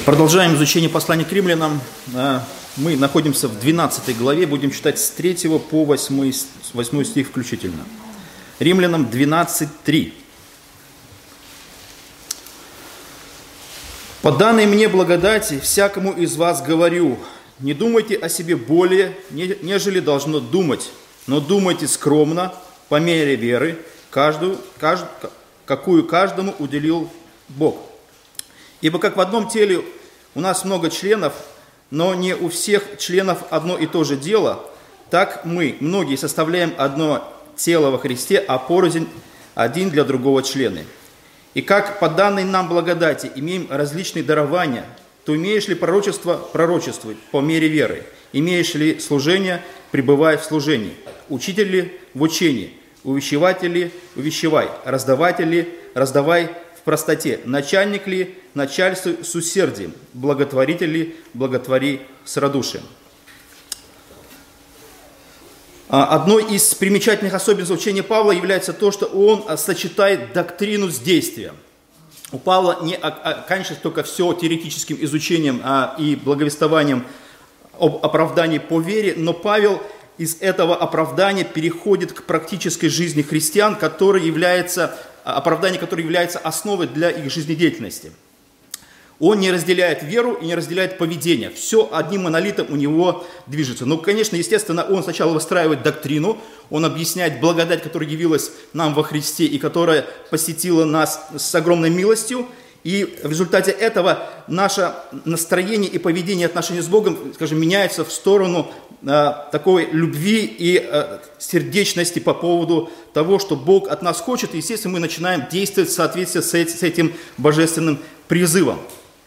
Продолжаем изучение послания к римлянам. Мы находимся в 12 главе, будем читать с 3 по 8 стих включительно. Римлянам 12:3. «По данной мне благодати всякому из вас говорю, не думайте о себе более, нежели должно думать, но думайте скромно, по мере веры, какую каждому уделил Бог. Ибо как в одном теле у нас много членов, но не у всех членов одно и то же дело, так мы, многие, составляем одно тело во Христе, а порознь один для другого члены. И как по данной нам благодати имеем различные дарования, то имеешь ли пророчество – пророчествуй по мере веры, имеешь ли служение – пребывай в служении, учитель ли – в учении, увещеватель ли – увещевай, раздаватель ли – раздавай в простоте, начальник ли – начальствуй с усердием, благотворитель ли – благотвори с радушием». Одной из примечательных особенностей учения Павла является то, что он сочетает доктрину с действием. У Павла не оканчивается только все теоретическим изучением и благовествованием об оправдании по вере, но Павел из этого оправдания переходит к практической жизни христиан, оправдание, которое является основой для их жизнедеятельности. Он не разделяет веру и не разделяет поведение. Все одним монолитом у него движется. Но, конечно, естественно, он сначала выстраивает доктрину, он объясняет благодать, которая явилась нам во Христе и которая посетила нас с огромной милостью. И в результате этого наше настроение и поведение, отношения с Богом, скажем, меняется в сторону такой любви и сердечности по поводу того, что Бог от нас хочет. И, естественно, мы начинаем действовать в соответствии с этим божественным призывом.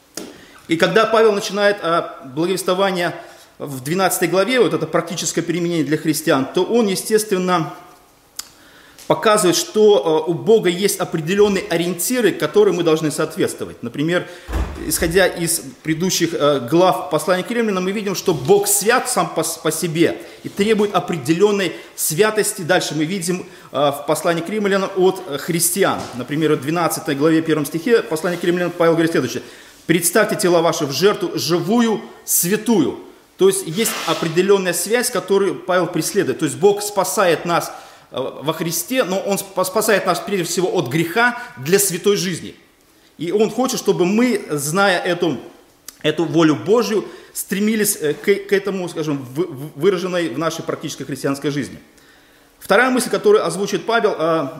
И когда Павел начинает благовествование в 12 главе, вот это практическое применение для христиан, то он, естественно, показывает, что у Бога есть определенные ориентиры, которым мы должны соответствовать. Например, исходя из предыдущих глав послания к римлянам, мы видим, что Бог свят сам по себе и требует определенной святости. Дальше мы видим в послании к римлянам от христиан. Например, в 12 главе 1 стихе послания к римлянам Павел говорит следующее. «Представьте тела ваши в жертву живую, святую». То есть есть определенная связь, которую Павел преследует. То есть Бог спасает нас во Христе, но Он спасает нас прежде всего от греха для святой жизни. И Он хочет, чтобы мы, зная эту волю Божью, стремились к этому, скажем, выраженной в нашей практической христианской жизни. Вторая мысль, которую озвучит Павел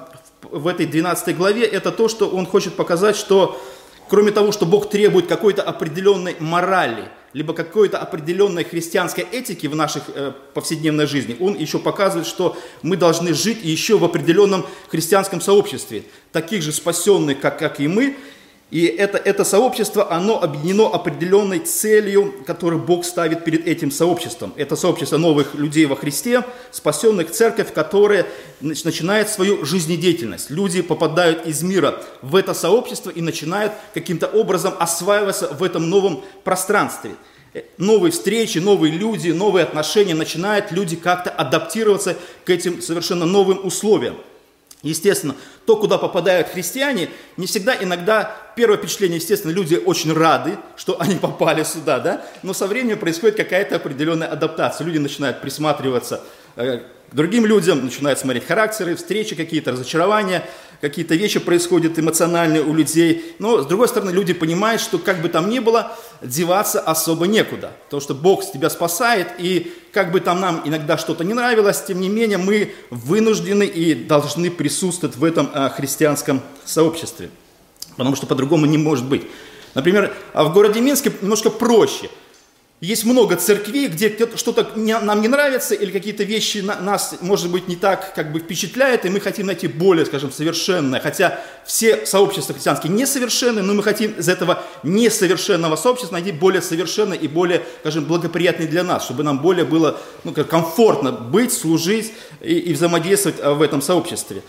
в этой 12 главе, это то, что он хочет показать, что кроме того, что Бог требует какой-то определенной морали, либо какой-то определенной христианской этики в нашей повседневной жизни, Он еще показывает, что мы должны жить еще в определенном христианском сообществе, таких же спасенных, как и мы. И это сообщество, оно объединено определенной целью, которую Бог ставит перед этим сообществом. Это сообщество новых людей во Христе, спасенных, церковь, которая начинает свою жизнедеятельность. Люди попадают из мира в это сообщество и начинают каким-то образом осваиваться в этом новом пространстве. Новые встречи, новые люди, новые отношения, начинают люди как-то адаптироваться к этим совершенно новым условиям. Естественно, то, куда попадают христиане, не всегда, иногда первое впечатление, естественно, люди очень рады, что они попали сюда, да? Но со временем происходит какая-то определенная адаптация. Люди начинают присматриваться к другим людям, начинают смотреть характеры, встречи какие-то, разочарования, какие-то вещи происходят эмоциональные у людей. Но, с другой стороны, люди понимают, что как бы там ни было, деваться особо некуда. Потому что Бог тебя спасает, и как бы там нам иногда что-то не нравилось, тем не менее мы вынуждены и должны присутствовать в этом христианском сообществе. Потому что по-другому не может быть. Например, в городе Минске немножко проще. Есть много церквей, где что-то нам не нравится, или какие-то вещи нас, может быть, не так впечатляют, и мы хотим найти более, скажем, совершенное. Хотя все сообщества христианские несовершенны, но мы хотим из этого несовершенного сообщества найти более совершенное и более, скажем, благоприятное для нас, чтобы нам более было комфортно быть, служить и взаимодействовать в этом сообществе.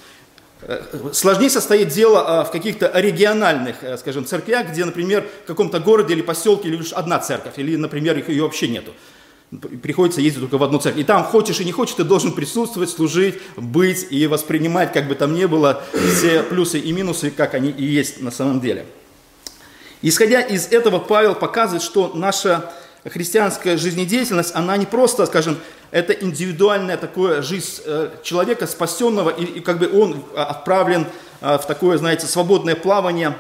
Сложнее состоит дело в каких-то региональных, скажем, церквях, где, например, в каком-то городе или поселке лишь одна церковь, или, например, ее вообще нету. Приходится ездить только в одну церковь. И там, хочешь и не хочешь, ты должен присутствовать, служить, быть и воспринимать, как бы там ни было, все плюсы и минусы, как они и есть на самом деле. Исходя из этого, Павел показывает, что наша христианская жизнедеятельность, она не просто, скажем, это индивидуальная такая жизнь человека спасенного, и как бы он отправлен в такое, знаете, свободное плавание,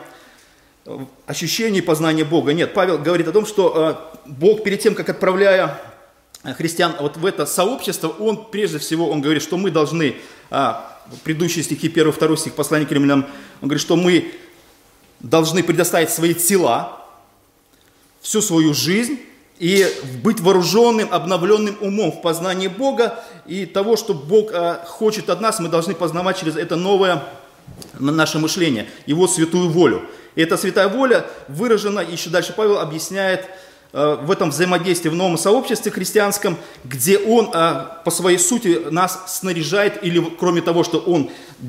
ощущение и познание Бога. Нет, Павел говорит о том, что Бог перед тем, как отправляя христиан вот в это сообщество, он прежде всего, он говорит, что мы должны, предыдущие стихи, 1-2 стих послания к римлянам, он говорит, что мы должны предоставить свои тела, всю свою жизнь и быть вооруженным, обновленным умом в познании Бога и того, что Бог хочет от нас, мы должны познавать через это новое наше мышление, Его святую волю. И эта святая воля выражена, еще дальше Павел объясняет, в этом взаимодействии в новом сообществе христианском, где Он по своей сути нас снаряжает, или кроме того, что Он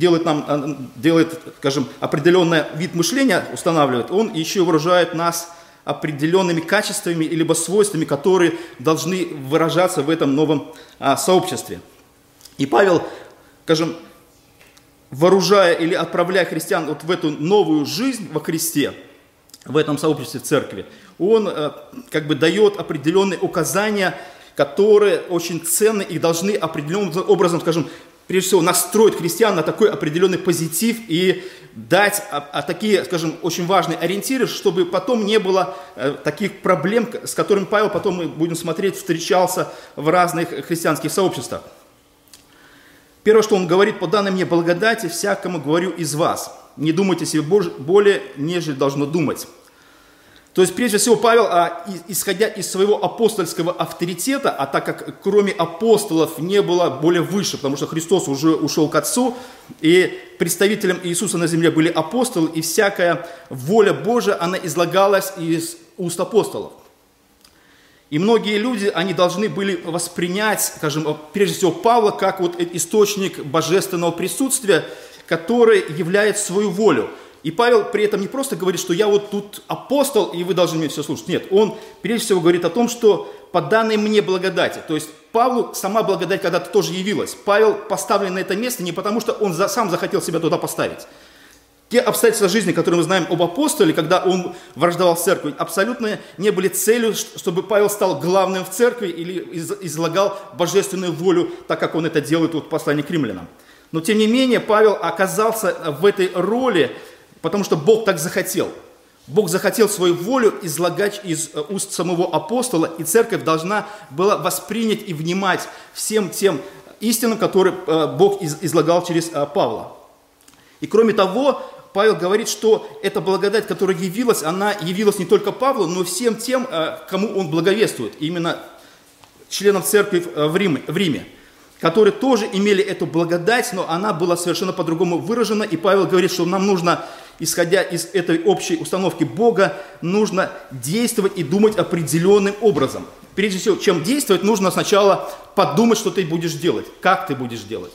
делает, скажем, определенный вид мышления, устанавливает, Он еще вооружает нас определенными качествами либо свойствами, которые должны выражаться в этом новом сообществе. И Павел, скажем, вооружая или отправляя христиан вот в эту новую жизнь во Христе, в этом сообществе, в церкви, он как бы дает определенные указания, которые очень ценны и должны определенным образом, скажем, прежде всего настроить христиан на такой определенный позитив и дать такие, скажем, очень важные ориентиры, чтобы потом не было таких проблем, с которыми Павел, потом мы будем смотреть, встречался в разных христианских сообществах. Первое, что он говорит: по данной мне благодати всякому говорю из вас, не думайте себе более, нежели должно думать. То есть, прежде всего, Павел, исходя из своего апостольского авторитета, а так как кроме апостолов не было более выше, потому что Христос уже ушел к Отцу, и представителем Иисуса на земле были апостолы, и всякая воля Божия, она излагалась из уст апостолов. И многие люди, они должны были воспринять, скажем, прежде всего Павла, как вот источник божественного присутствия, который являет свою волю. И Павел при этом не просто говорит, что я вот тут апостол, и вы должны мне все слушать. Нет, он прежде всего говорит о том, что по данной мне благодати. То есть Павлу сама благодать когда-то тоже явилась. Павел поставлен на это место не потому, что он сам захотел себя туда поставить. Те обстоятельства жизни, которые мы знаем об апостоле, когда он враждовал с церковью, абсолютно не были целью, чтобы Павел стал главным в церкви или излагал божественную волю, так как он это делает в послании к римлянам. Но тем не менее Павел оказался в этой роли, потому что Бог так захотел. Бог захотел свою волю излагать из уст самого апостола, и церковь должна была воспринять и внимать всем тем истинам, которые Бог излагал через Павла. И кроме того, Павел говорит, что эта благодать, которая явилась, она явилась не только Павлу, но и всем тем, кому он благовествует, именно членам церкви в Риме, которые тоже имели эту благодать, но она была совершенно по-другому выражена. И Павел говорит, что нам нужно, исходя из этой общей установки Бога, нужно действовать и думать определенным образом. Прежде всего, чем действовать, нужно сначала подумать, что ты будешь делать, как ты будешь делать,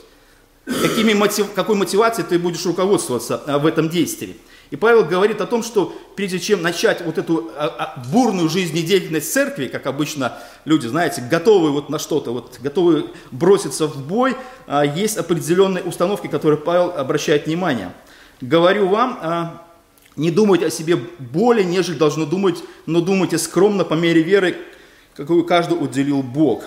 какой мотивацией ты будешь руководствоваться в этом действии. И Павел говорит о том, что прежде чем начать вот эту бурную жизнедеятельность церкви, как обычно люди, знаете, готовые вот на что-то, вот готовые броситься в бой, есть определенные установки, которые Павел обращает внимание. «Говорю вам, не думайте о себе более, нежели должно думать, но думайте скромно по мере веры, какую каждый уделил Бог».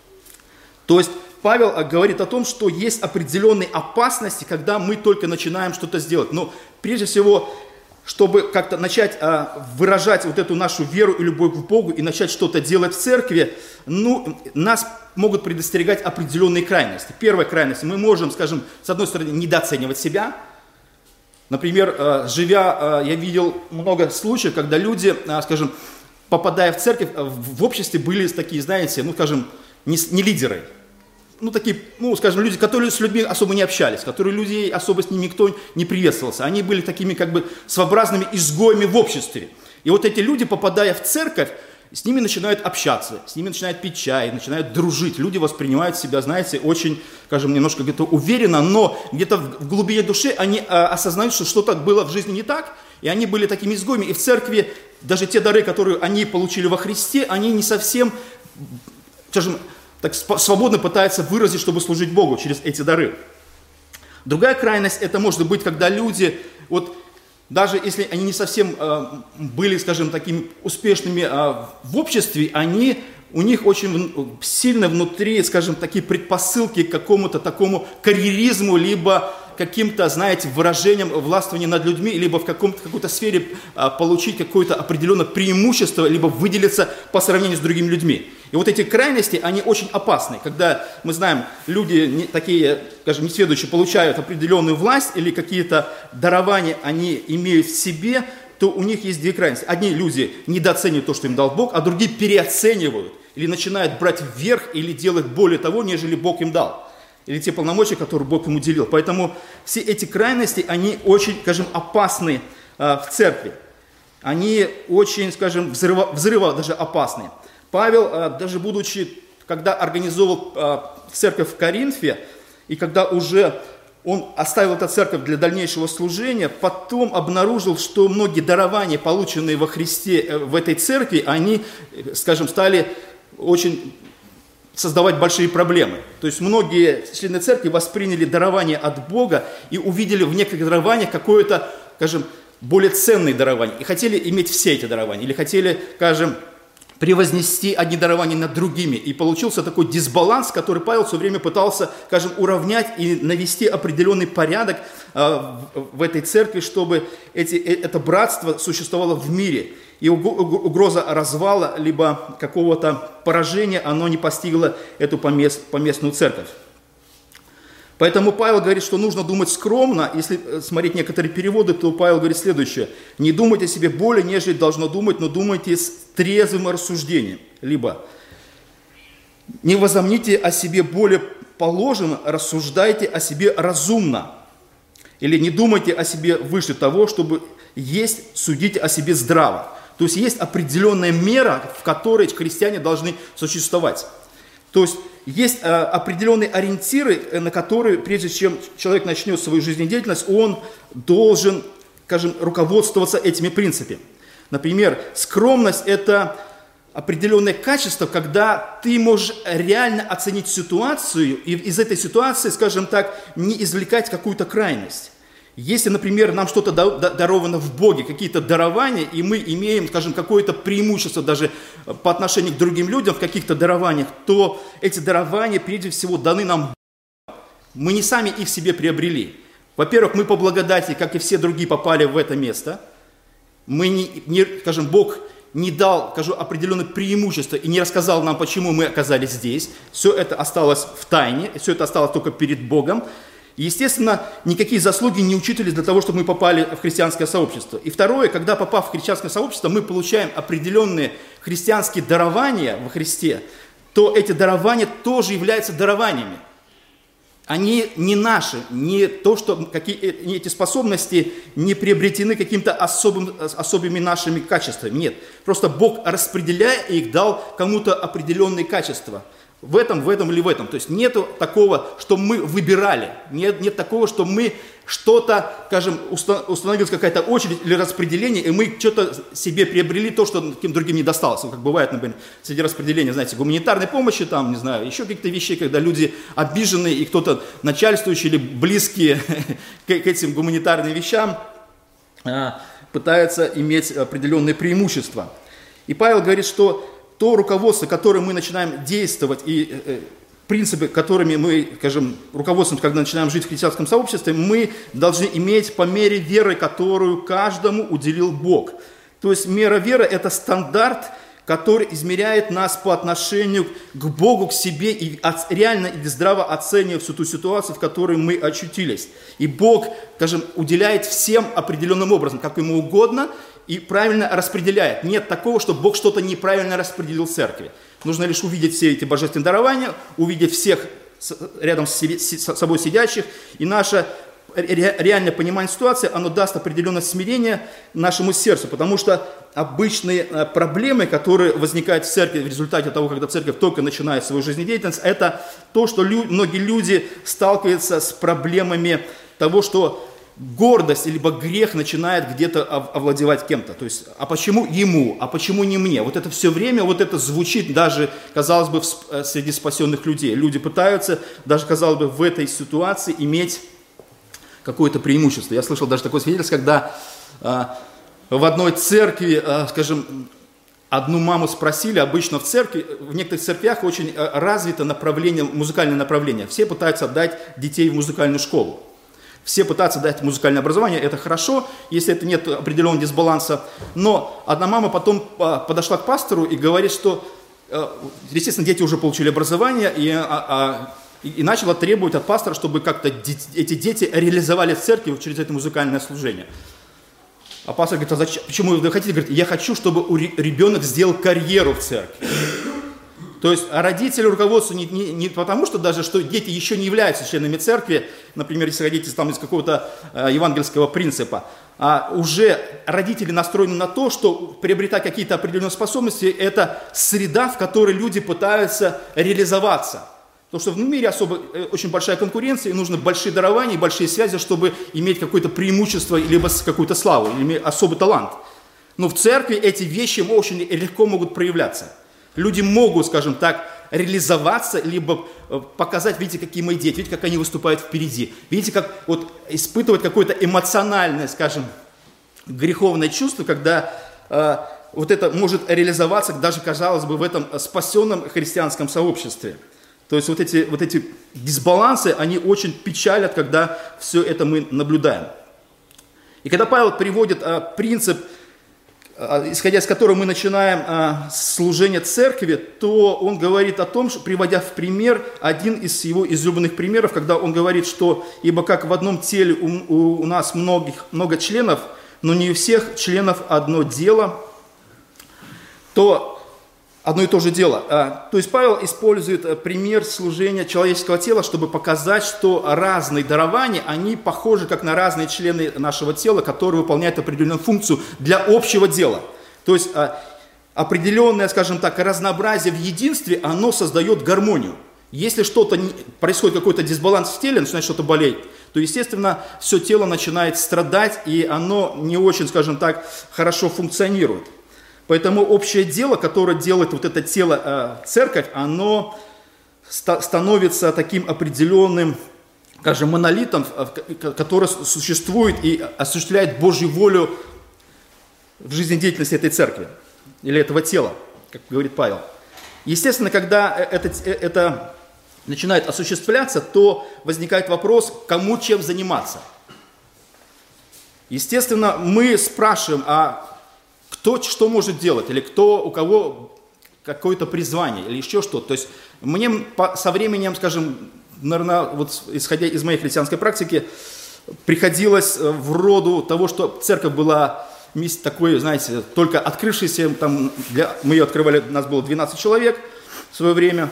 То есть Павел говорит о том, что есть определенные опасности, когда мы только начинаем что-то сделать. Но прежде всего, чтобы как-то начать выражать вот эту нашу веру и любовь к Богу и начать что-то делать в церкви, нас могут предостерегать определенные крайности. Первая крайность: мы можем, скажем, с одной стороны, недооценивать себя. Например, живя, я видел много случаев, когда люди, скажем, попадая в церковь, в обществе были такие, знаете, скажем, не лидеры. Такие, скажем, люди, которые с людьми особо не общались, которые людей особо с ними никто не приветствовался. Они были такими как бы своеобразными изгоями в обществе. И вот эти люди, попадая в церковь, с ними начинают общаться, с ними начинают пить чай, начинают дружить. Люди воспринимают себя, знаете, очень, скажем, немножко где-то уверенно, но где-то в глубине души они осознают, что что-то было в жизни не так, и они были такими изгоями. И в церкви даже те дары, которые они получили во Христе, они не совсем, скажем, так свободно пытаются выразить, чтобы служить Богу через эти дары. Другая крайность, это может быть, когда люди, вот даже если они не совсем были, скажем, такими успешными в обществе, у них очень сильно внутри, скажем, такие предпосылки к какому-то такому карьеризму, либо каким-то, знаете, выражением властвования над людьми, либо в какой-то сфере получить какое-то определенное преимущество, либо выделиться по сравнению с другими людьми. И вот эти крайности, они очень опасны. Когда, мы знаем, люди такие, скажем, несведущие, получают определенную власть или какие-то дарования они имеют в себе, то у них есть две крайности. Одни люди недооценивают то, что им дал Бог, а другие переоценивают или начинают брать вверх или делать более того, нежели Бог им дал. Или те полномочия, которые Бог ему уделил. Поэтому все эти крайности, они очень, скажем, опасны в церкви. Они очень, скажем, взрыва даже опасны. Павел, даже будучи, когда организовал церковь в Коринфе, и когда уже он оставил эту церковь для дальнейшего служения, потом обнаружил, что многие дарования, полученные во Христе в этой церкви, они, скажем, стали очень создавать большие проблемы. То есть многие члены церкви восприняли дарование от Бога и увидели в некоторых дарованиях какое-то, скажем, более ценное дарование. И хотели иметь все эти дарования. Или хотели, скажем, превознести одни дарования над другими. И получился такой дисбаланс, который Павел все время пытался, скажем, уравнять и навести определенный порядок в этой церкви, чтобы это братство существовало в мире. И угроза развала, либо какого-то поражения, оно не постигло эту поместную церковь. Поэтому Павел говорит, что нужно думать скромно. Если смотреть некоторые переводы, то Павел говорит следующее. Не думайте о себе более, нежели должно думать, но думайте с трезвым рассуждением. Либо не возомните о себе более положено, рассуждайте о себе разумно. Или не думайте о себе выше того, чтобы есть, судите о себе здраво. То есть есть определенная мера, в которой христиане должны существовать. То есть есть определенные ориентиры, на которые, прежде чем человек начнет свою жизнедеятельность, он должен, скажем, руководствоваться этими принципами. Например, скромность – это определенное качество, когда ты можешь реально оценить ситуацию и из этой ситуации, скажем так, не извлекать какую-то крайность. Если, например, нам что-то даровано в Боге, какие-то дарования, и мы имеем, скажем, какое-то преимущество даже по отношению к другим людям в каких-то дарованиях, то эти дарования, прежде всего, даны нам. Мы не сами их себе приобрели. Во-первых, мы по благодати, как и все другие, попали в это место. Скажем, Бог не дал, скажу, определенное преимущество и не рассказал нам, почему мы оказались здесь. Все это осталось в тайне, все это осталось только перед Богом. И, естественно, никакие заслуги не учитывались для того, чтобы мы попали в христианское сообщество. И второе, когда попав в христианское сообщество, мы получаем определенные христианские дарования во Христе, то эти дарования тоже являются дарованиями. Они не наши, не то, что эти способности не приобретены какими-то особыми нашими качествами. Нет, просто Бог, распределяя их, дал кому-то определенные качества. В этом или в этом. То есть нет такого, что мы выбирали. Нет такого, что мы что-то, скажем, установилась какая-то очередь или распределение, и мы что-то себе приобрели, то, что каким другим не досталось. Как бывает, например, среди распределения, знаете, гуманитарной помощи, там, не знаю, еще каких-то вещей, когда люди обижены, и кто-то начальствующий или близкие к этим гуманитарным вещам пытается иметь определенные преимущества. И Павел говорит, что то руководство, которым мы начинаем действовать, и принципы, которыми мы, скажем, руководствуемся, когда начинаем жить в христианском сообществе, мы должны иметь по мере веры, которую каждому уделил Бог. То есть мера веры – это стандарт, который измеряет нас по отношению к Богу, к себе, и реально и здраво оценивая всю ту ситуацию, в которой мы очутились. И Бог, скажем, уделяет всем определенным образом, как ему угодно, и правильно распределяет. Нет такого, что Бог что-то неправильно распределил в церкви. Нужно лишь увидеть все эти божественные дарования, увидеть всех рядом с собой сидящих, и наше реальное понимание ситуации, оно даст определенное смирение нашему сердцу, потому что обычные проблемы, которые возникают в церкви в результате того, когда церковь только начинает свою жизнедеятельность, это то, что многие люди сталкиваются с проблемами того, что гордость, либо грех начинает где-то овладевать кем-то. То есть, а почему ему, а почему не мне? Вот это все время, вот это звучит даже, казалось бы, среди спасенных людей. Люди пытаются, даже, казалось бы, в этой ситуации иметь какое-то преимущество. Я слышал даже такое свидетельство, когда в одной церкви, скажем, одну маму спросили, обычно в церкви, в некоторых церквях очень развито направление, музыкальное направление. Все пытаются отдать детей в музыкальную школу. Все пытаются дать музыкальное образование, это хорошо, если это нет определенного дисбаланса. Но одна мама потом подошла к пастору и говорит, что, естественно, дети уже получили образование, и начала требовать от пастора, чтобы как-то эти дети реализовали в церкви через это музыкальное служение. А пастор говорит, а зачем, почему вы хотите? Говорит, я хочу, чтобы ребенок сделал карьеру в церкви. То есть родители руководствуются не потому, что даже что дети еще не являются членами церкви, например, если родители там из какого-то евангельского принципа, а уже родители настроены на то, что приобретать какие-то определенные способности, это среда, в которой люди пытаются реализоваться. Потому что в мире очень большая конкуренция, и нужны большие дарования и большие связи, чтобы иметь какое-то преимущество, либо какую-то славу, или особый талант. Но в церкви эти вещи очень легко могут проявляться. Люди могут, скажем так, реализоваться, либо показать, видите, какие мои дети, видите, как они выступают впереди. Видите, как вот испытывать какое-то эмоциональное, скажем, греховное чувство, когда вот это может реализоваться даже, казалось бы, в этом спасенном христианском сообществе. То есть вот эти дисбалансы, они очень печалят, когда все это мы наблюдаем. И когда Павел приводит принцип, исходя из которого мы начинаем служение церкви, то он говорит о том, что, приводя в пример один из его излюбленных примеров, когда он говорит, что «Ибо как в одном теле у нас много членов, но не у всех членов одно дело», то одно и то же дело. То есть Павел использует пример служения человеческого тела, чтобы показать, что разные дарования, они похожи как на разные члены нашего тела, которые выполняют определенную функцию для общего дела. То есть определенное, скажем так, разнообразие в единстве, оно создает гармонию. Если происходит какой-то дисбаланс в теле, начинает что-то болеть, то, естественно, все тело начинает страдать, и оно не очень, скажем так, хорошо функционирует. Поэтому общее дело, которое делает вот это тело церковь, оно становится таким определенным, скажем, монолитом, который существует и осуществляет Божью волю в жизнедеятельности этой церкви или этого тела, как говорит Павел. Естественно, когда это начинает осуществляться, то возникает вопрос, кому чем заниматься. Естественно, мы спрашиваем, кто что может делать, или у кого какое-то призвание, или еще что-то. То есть мне со временем, скажем, наверное, вот исходя из моей христианской практики, приходилось в роду того, что церковь была такой, знаете, только открывшейся, мы ее открывали, нас было 12 человек в свое время,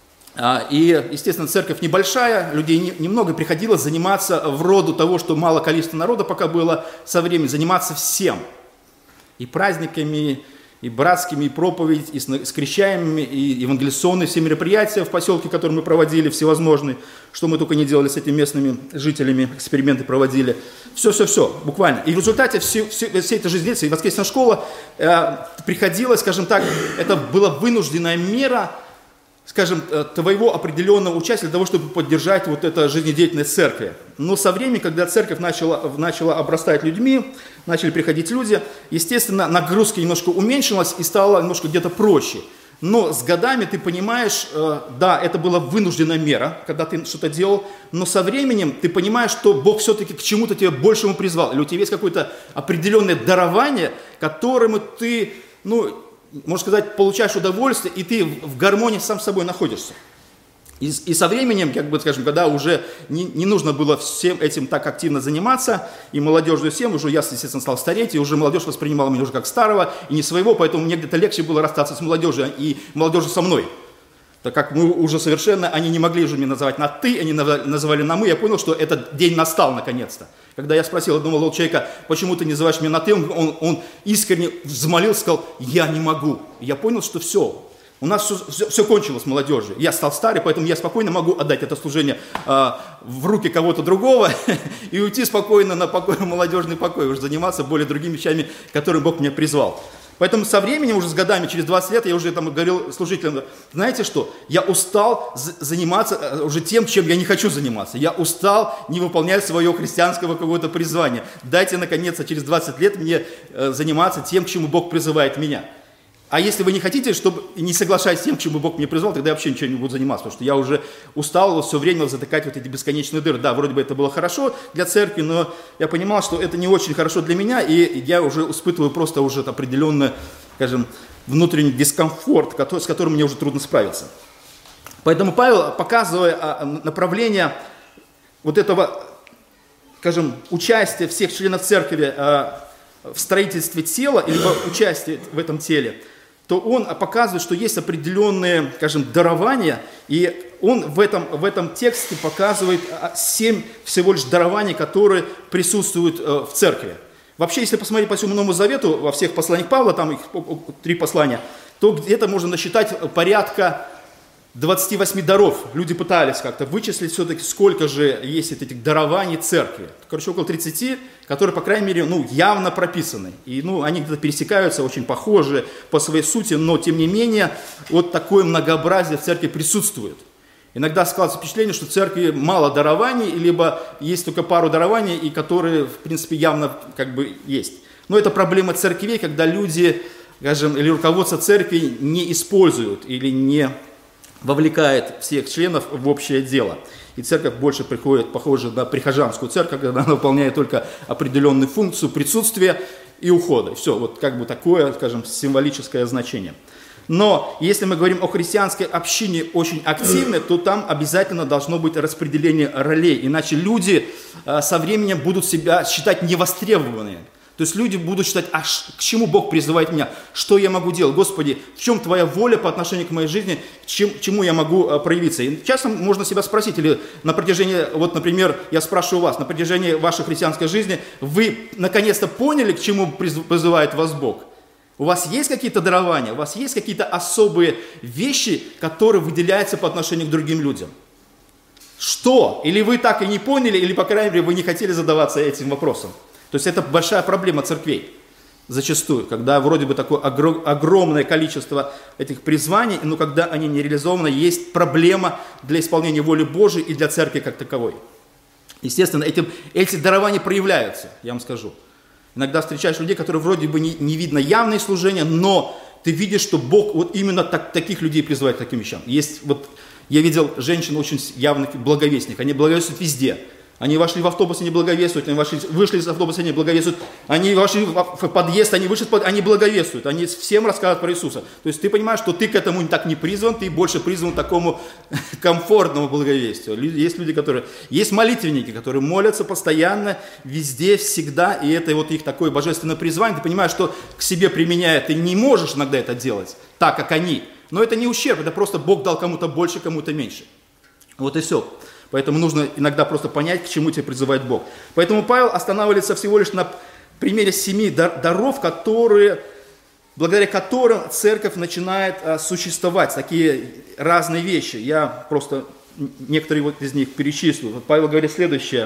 и, естественно, церковь небольшая, людей немного, приходилось заниматься в роду того, что мало количество народа пока было, со временем заниматься всем. И праздниками, и братскими, и проповедь, и с крещаемыми, и евангелизационные все мероприятия в поселке, которые мы проводили, всевозможные, что мы только не делали с этими местными жителями, эксперименты проводили. Все, буквально. И в результате всей этой жизнедеятельности, и воскресная школа приходилось, скажем так, это была вынужденная мера, скажем, твоего определенного участия для того, чтобы поддержать вот эту жизнедеятельность церкви. Но со временем, когда церковь начала обрастать людьми, начали приходить люди, естественно, нагрузка немножко уменьшилась и стало немножко где-то проще. Но с годами ты понимаешь, да, это была вынужденная мера, когда ты что-то делал, но со временем ты понимаешь, что Бог все-таки к чему-то тебя большему призвал. Или у тебя есть какое-то определенное дарование, которому ты, можно сказать, получаешь удовольствие, и ты в гармонии сам с собой находишься. И со временем, скажем, когда уже не нужно было всем этим так активно заниматься, и молодежью всем, уже я, естественно, стал стареть, и уже молодежь воспринимала меня уже как старого, и не своего, поэтому мне где-то легче было расстаться с молодежью, и молодежью со мной. Так как мы уже совершенно, они не могли уже меня называть на «ты», они называли на «мы», я понял, что этот день настал наконец-то. Когда я спросил одного молодого человека, почему ты не называешь меня на «ты», он искренне взмолился, сказал, я не могу. И я понял, что все, у нас все кончилось с молодежью. Я стал старый, поэтому я спокойно могу отдать это служение в руки кого-то другого и уйти спокойно на молодежный покой, уже заниматься более другими вещами, которым Бог меня призвал. Поэтому со временем, уже с годами, через 20 лет, я уже там говорил служителям, знаете что, я устал заниматься уже тем, чем я не хочу заниматься. Я устал не выполнять свое христианского какого-то призвания. Дайте, наконец-то, через 20 лет мне заниматься тем, к чему Бог призывает меня. А если вы не хотите, чтобы не соглашаясь с тем, к чему Бог меня призвал, тогда я вообще ничего не буду заниматься, потому что я уже устал все время затыкать вот эти бесконечные дыры. Да, вроде бы это было хорошо для церкви, но я понимал, что это не очень хорошо для меня, и я уже испытываю просто уже определенный, скажем, внутренний дискомфорт, с которым мне уже трудно справиться. Поэтому Павел, показывая направление вот этого, скажем, участия всех членов церкви в строительстве тела, либо участие в этом теле, то он показывает, что есть определенные, скажем, дарования, и он в этом тексте показывает 7 всего лишь дарований, которые присутствуют в церкви. Вообще, если посмотреть по всему Новому Завету, во всех посланиях Павла, там их 3 послания, то где-то можно насчитать порядка 28 даров. Люди пытались как-то вычислить все-таки, сколько же есть этих дарований церкви. Короче, около 30, которые, по крайней мере, явно прописаны. И они где-то пересекаются, очень похожи по своей сути, но, тем не менее, вот такое многообразие в церкви присутствует. Иногда складывается впечатление, что в церкви мало дарований, либо есть только пару дарований, и которые, в принципе, явно как бы есть. Но это проблема церквей, когда люди, скажем, или руководство церкви не используют или не вовлекает всех членов в общее дело. И церковь больше приходит, похоже на прихожанскую церковь, когда она выполняет только определенную функцию присутствия и ухода. Все, вот как бы такое, скажем, символическое значение. Но если мы говорим о христианской общине очень активной, то там обязательно должно быть распределение ролей, иначе люди со временем будут себя считать невостребованными. То есть люди будут считать, к чему Бог призывает меня, что я могу делать, Господи, в чем Твоя воля по отношению к моей жизни, чему я могу проявиться. И часто можно себя спросить, или на протяжении, вот, например, я спрашиваю вас, на протяжении вашей христианской жизни, вы наконец-то поняли, к чему призывает вас Бог? У вас есть какие-то дарования, у вас есть какие-то особые вещи, которые выделяются по отношению к другим людям? Что? Или вы так и не поняли, или, по крайней мере, вы не хотели задаваться этим вопросом? То есть это большая проблема церквей зачастую, когда вроде бы такое огромное количество этих призваний, но когда они не реализованы, есть проблема для исполнения воли Божией и для церкви как таковой. Естественно, эти дарования проявляются, я вам скажу. Иногда встречаешь людей, которые вроде бы не видно явные служения, но ты видишь, что Бог вот именно таких людей призывает к таким вещам. Я видел женщин очень явных благовестных, они благовествуют везде. Они вошли в автобус, они благовествуют, они вышли из автобуса, они благовествуют, они вошли в подъезд, они вышли, они благовествуют, они всем рассказывают про Иисуса. То есть ты понимаешь, что ты к этому так не призван, ты больше призван к такому комфортному благовестию. Есть люди, есть молитвенники, которые молятся постоянно, везде, всегда, и это вот их такое божественное призвание. Ты понимаешь, что к себе применяя, ты не можешь иногда это делать так, как они. Но это не ущерб, это просто Бог дал кому-то больше, кому-то меньше. Вот и все. Поэтому нужно иногда просто понять, к чему тебя призывает Бог. Поэтому Павел останавливается всего лишь на примере 7 даров, благодаря которым церковь начинает существовать. Такие разные вещи. Я просто некоторые из них перечислю. Вот Павел говорит следующее.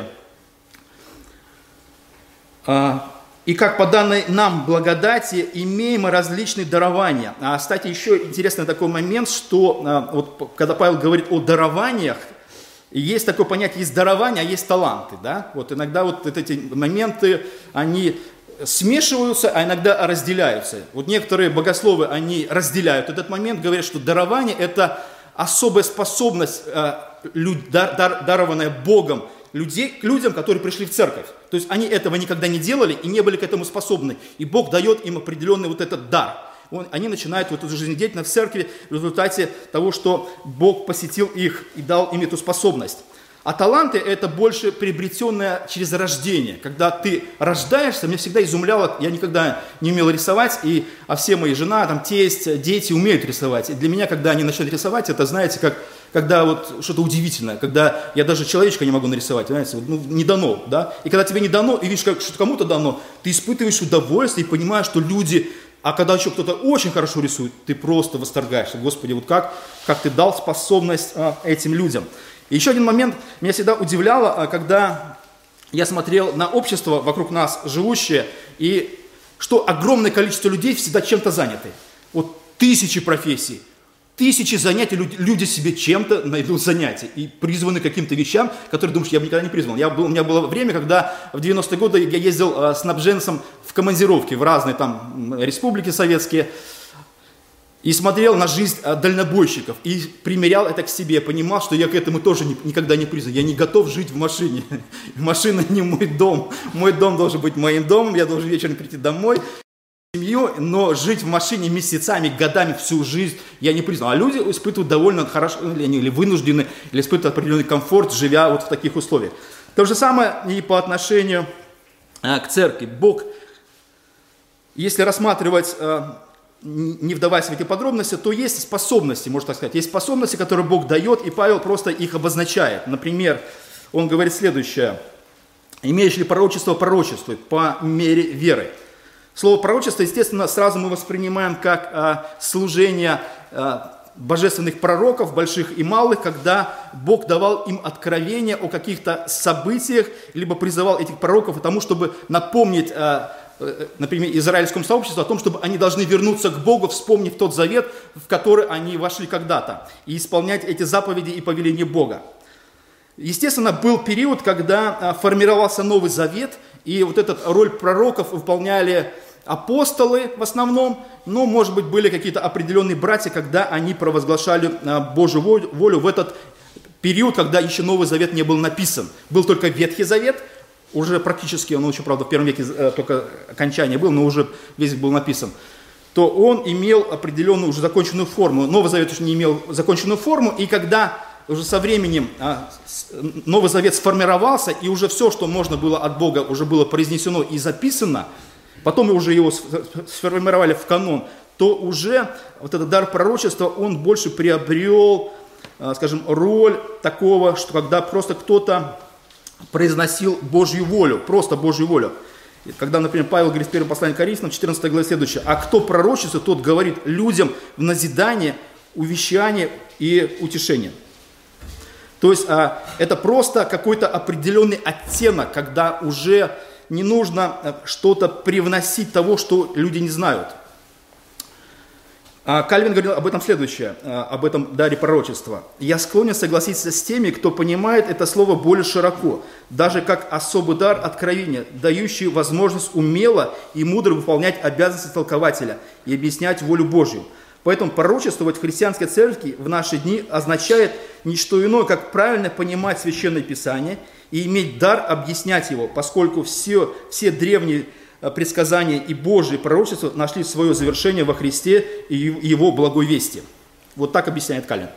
«И как по данной нам благодати имеем различные дарования». Кстати, еще интересный такой момент, что вот, когда Павел говорит о дарованиях, есть такое понятие, есть дарования, а есть таланты. Да? Вот иногда вот эти моменты, они смешиваются, а иногда разделяются. Вот некоторые богословы, они разделяют этот момент, говорят, что дарование – это особая способность, дарованная Богом людям, которые пришли в церковь. То есть они этого никогда не делали и не были к этому способны. И Бог дает им определенный вот этот дар. Они начинают вот эту жизнедеятельность в церкви в результате того, что Бог посетил их и дал им эту способность. А таланты – это больше приобретенное через рождение. Когда ты рождаешься, меня всегда изумляло, я никогда не умел рисовать, а все мои жена, тесть, дети умеют рисовать. И для меня, когда они начинают рисовать, это, знаете, когда вот что-то удивительное, когда я даже человечка не могу нарисовать, знаете, не дано, да? И когда тебе не дано, и видишь, что кому-то дано, ты испытываешь удовольствие и понимаешь, что люди... А когда еще кто-то очень хорошо рисует, ты просто восторгаешься. Господи, вот как ты дал способность этим людям. И еще один момент меня всегда удивляло, когда я смотрел на общество вокруг нас живущее, и что огромное количество людей всегда чем-то заняты. Вот тысячи профессий, тысячи занятий, люди себе чем-то найдут занятия и призваны к каким-то вещам, которые, думаешь, я бы никогда не призван. У меня было время, когда в 90-е годы я ездил снабженцем в командировки в разные там республики советские и смотрел на жизнь дальнобойщиков и примерял это к себе, понимал, что я к этому тоже никогда не призван. Я не готов жить в машине. Машина не мой дом. Мой дом должен быть моим домом, я должен вечером прийти домой, семью, но жить в машине месяцами, годами, всю жизнь я не признал. А люди испытывают довольно хорошо, или вынуждены, или испытывают определенный комфорт, живя вот в таких условиях. То же самое и по отношению к церкви. Бог, если рассматривать, не вдаваясь в эти подробности, то есть способности, можно так сказать. Есть способности, которые Бог дает, и Павел просто их обозначает. Например, он говорит следующее. «Имеешь ли пророчество, пророчествуй по мере веры». Слово пророчество, естественно, сразу мы воспринимаем как служение божественных пророков, больших и малых, когда Бог давал им откровение о каких-то событиях, либо призывал этих пророков к тому, чтобы напомнить, например, израильскому сообществу о том, чтобы они должны вернуться к Богу, вспомнив тот завет, в который они вошли когда-то, и исполнять эти заповеди и повеления Бога. Естественно, был период, когда формировался Новый Завет, и вот эту роль пророков выполняли апостолы в основном, но, может быть, были какие-то определенные братья, когда они провозглашали Божью волю в этот период, когда еще Новый Завет не был написан. Был только Ветхий Завет, уже практически, он еще, правда, в первом веке только окончание был, но уже весь был написан, то он имел определенную уже законченную форму. Новый Завет уже не имел законченную форму, и когда уже со временем Новый Завет сформировался, и уже все, что можно было от Бога, уже было произнесено и записано, потом мы уже его сформировали в канон, то уже вот этот дар пророчества, он больше приобрел, скажем, роль такого, что когда просто кто-то произносил Божью волю, просто Божью волю. Когда, например, Павел говорит в 1 послании к Коринфянам, 14 главе следующее: «А кто пророчествует, тот говорит людям в назидание, увещание и утешение». То есть это просто какой-то определенный оттенок, когда уже не нужно что-то привносить того, что люди не знают. Кальвин говорил об этом следующее, об этом даре пророчества. «Я склонен согласиться с теми, кто понимает это слово более широко, даже как особый дар откровения, дающий возможность умело и мудро выполнять обязанности толкователя и объяснять волю Божью. Поэтому пророчествовать в христианской церкви в наши дни означает не что иное, как правильно понимать Священное Писание и иметь дар объяснять его, поскольку все древние предсказания и Божьи пророчества нашли свое завершение во Христе и Его благой вести». Вот так объясняет Кальвин.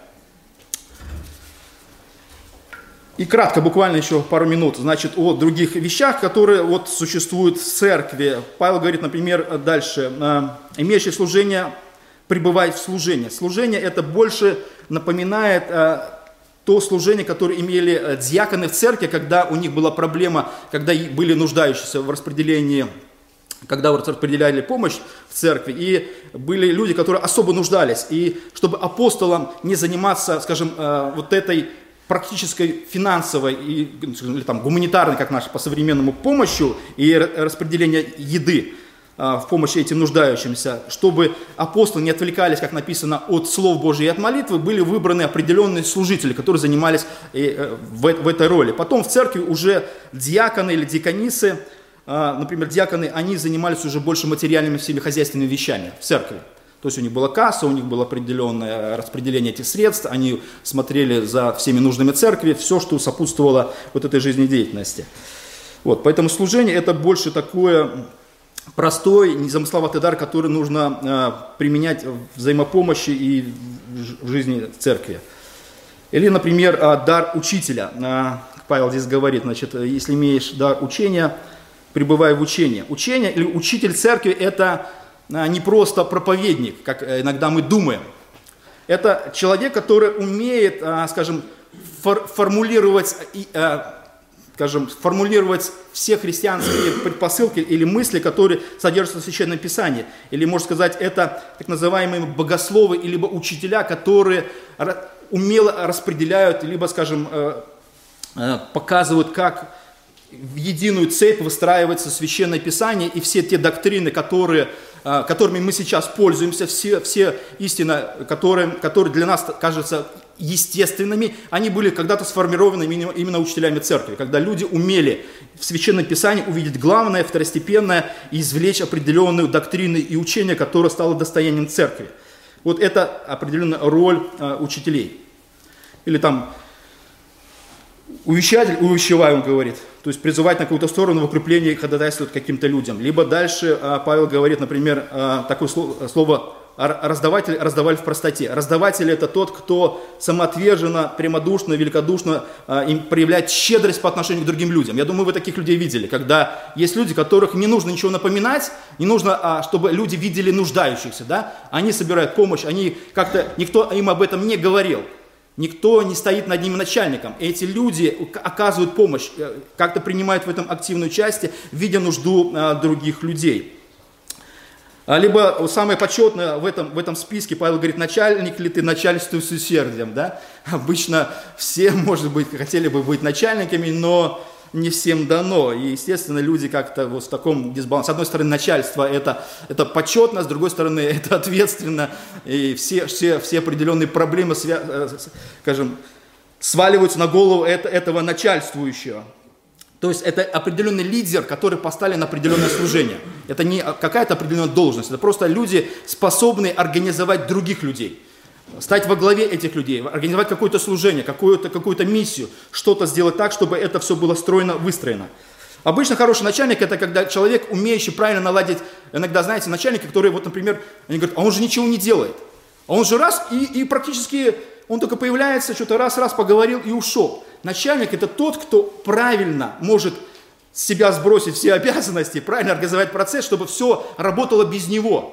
И кратко, буквально еще пару минут, значит, о других вещах, которые вот существуют в церкви. Павел говорит, например, дальше: «Имеющий служение пребывает в служении». Служение это больше напоминает то служение, которое имели диаконы в церкви, когда у них была проблема, когда были нуждающиеся в распределении, когда распределяли помощь в церкви, и были люди, которые особо нуждались. И чтобы апостолам не заниматься, скажем, вот этой практической финансовой или там, гуманитарной, как наш по-современному, помощью и распределения еды в помощи этим нуждающимся, чтобы апостолы не отвлекались, как написано, от слов Божьих и от молитвы, были выбраны определенные служители, которые занимались в этой роли. Потом в церкви уже диаконы или диаконисы, например, диаконы, они занимались уже больше материальными всеми хозяйственными вещами в церкви. То есть у них была касса, у них было определенное распределение этих средств, они смотрели за всеми нужными церкви, все, что сопутствовало вот этой жизнедеятельности. Вот, поэтому служение это больше такое простой, незамысловатый дар, который нужно применять в взаимопомощи и в жизни церкви. Или, например, дар учителя. Павел здесь говорит, значит, если имеешь дар учения, пребывай в учении. Учение или учитель церкви – это не просто проповедник, как иногда мы думаем. Это человек, который умеет, скажем, формулировать все христианские предпосылки или мысли, которые содержатся в Священном Писании. Или, можно сказать, это так называемые богословы, либо учителя, которые умело распределяют, либо, скажем, показывают, как в единую цепь выстраивается Священное Писание, и все те доктрины, которыми мы сейчас пользуемся, все истины, которые для нас кажутся естественными, они были когда-то сформированы именно учителями церкви, когда люди умели в Священном Писании увидеть главное, второстепенное и извлечь определенную доктрину и учение, которое стало достоянием церкви. Вот это определенная роль учителей. Или там увещатель, увещевай, он говорит, то есть призывать на какую-то сторону в укреплении ходатайствовать каким-то людям. Либо дальше Павел говорит, например, такое слово раздаватель, раздавали в простоте. Раздаватель — это тот, кто самоотверженно, прямодушно, великодушно им проявляет щедрость по отношению к другим людям. Я думаю, вы таких людей видели, когда есть люди, которых не нужно ничего напоминать, не нужно, чтобы люди видели нуждающихся, да? Они собирают помощь, они как-то, никто им об этом не говорил. Никто не стоит над ними начальником. Эти люди оказывают помощь, как-то принимают в этом активную участие, видя нужду других людей. Либо самое почетное в этом списке, Павел говорит, начальник ли ты, начальствуй с усердием. Да? Обычно все, может быть, хотели бы быть начальниками, но не всем дано. И, естественно, люди как-то вот в таком дисбалансе. С одной стороны, начальство это почетно, с другой стороны, это ответственно. И все определенные проблемы, скажем, сваливаются на голову этого начальствующего. То есть это определенный лидер, который поставлен на определенное служение. Это не какая-то определенная должность, это просто люди, способные организовать других людей. Стать во главе этих людей, организовать какое-то служение, какую-то миссию, что-то сделать так, чтобы это все было стройно выстроено. Обычно хороший начальник — это когда человек, умеющий правильно наладить, иногда, знаете, начальники, которые, вот, например, они говорят, а он же ничего не делает. А он же раз и практически, он только появляется, что-то раз поговорил и ушел. Начальник — это тот, кто правильно может с себя сбросить все обязанности, правильно организовать процесс, чтобы все работало без него.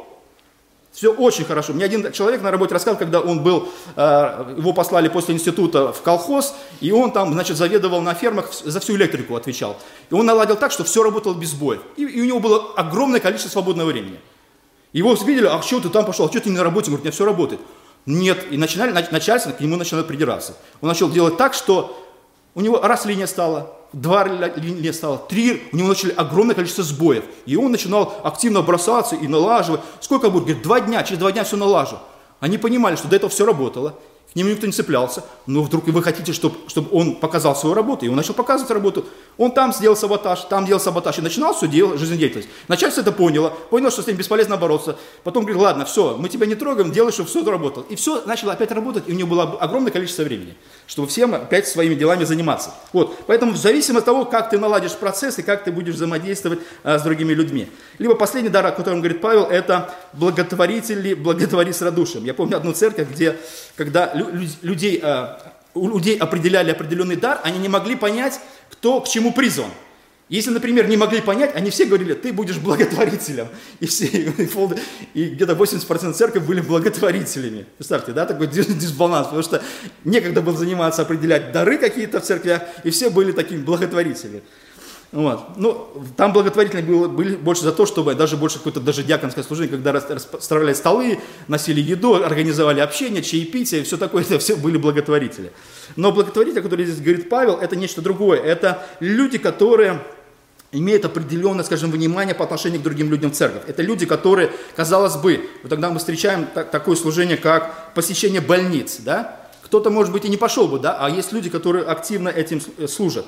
Все очень хорошо. Мне один человек на работе рассказал, когда он был, его послали после института в колхоз, и он там, значит, заведовал на фермах, за всю электрику отвечал. И он наладил так, что все работало без сбоев. И у него было огромное количество свободного времени. Его видели, а что ты там пошел, а что ты не на работе? Он говорит, у меня все работает. Нет, и начальство к нему начало придираться. Он начал делать так, что у него раз линия стала, 2 линия стало, 3, у него начали огромное количество сбоев. И он начинал активно бросаться и налаживать. Сколько будет? Говорит, 2 дня, через 2 дня все налажу. Они понимали, что до этого все работало, к нему никто не цеплялся. Но вдруг вы хотите, чтобы он показал свою работу, и он начал показывать работу. Он там сделал саботаж, и начинал все делать, жизнедеятельность. Начальство это поняло, что с ним бесполезно бороться. Потом говорит, ладно, все, мы тебя не трогаем, делай, чтобы все это работало. И все начало опять работать, и у него было огромное количество времени, чтобы всем опять своими делами заниматься. Вот. Поэтому в зависимости от того, как ты наладишь процесс и как ты будешь взаимодействовать с другими людьми. Либо последний дар, о котором говорит Павел, это благотворители, благотвори с радушием. Я помню одну церковь, где, когда у людей определяли определенный дар, они не могли понять, кто к чему призван. Если, например, не могли понять, они все говорили, ты будешь благотворителем. И где-то 80% церкви были благотворителями. Представьте, да, такой дисбаланс, потому что некогда было заниматься, определять дары какие-то в церквях, и все были такими благотворителями. Вот. Ну, там благотворители были больше за то, чтобы больше какое-то даже диаконское служение, когда расставляли столы, носили еду, организовали общение, чаепитие, все такое, это все были благотворители. Но благотворители, о которых здесь говорит Павел, это нечто другое. Это люди, которые имеют определенное, скажем, внимание по отношению к другим людям в церковь. Это люди, которые, казалось бы, вот тогда мы встречаем такое служение, как посещение больниц, да? Кто-то, может быть, и не пошел бы, да? А есть люди, которые активно этим служат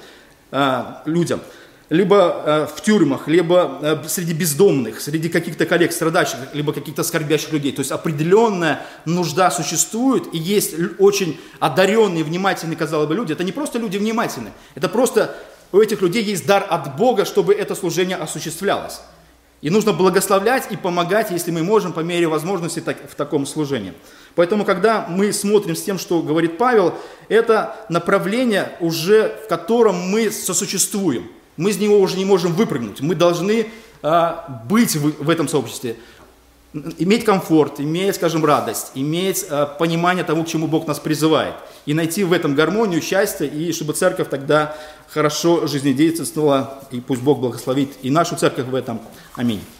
людям. Либо в тюрьмах, либо среди бездомных, среди каких-то коллег страдающих, либо каких-то скорбящих людей. То есть определенная нужда существует, и есть очень одаренные, внимательные, казалось бы, люди. Это не просто люди внимательные, это просто у этих людей есть дар от Бога, чтобы это служение осуществлялось. И нужно благословлять и помогать, если мы можем, по мере возможности в таком служении. Поэтому, когда мы смотрим с тем, что говорит Павел, это направление, уже в котором мы сосуществуем. Мы из него уже не можем выпрыгнуть. Мы должны быть в этом сообществе, иметь комфорт, иметь, скажем, радость, иметь понимание того, к чему Бог нас призывает. И найти в этом гармонию, счастье, и чтобы церковь тогда хорошо жизнедействовала. И пусть Бог благословит и нашу церковь в этом. Аминь.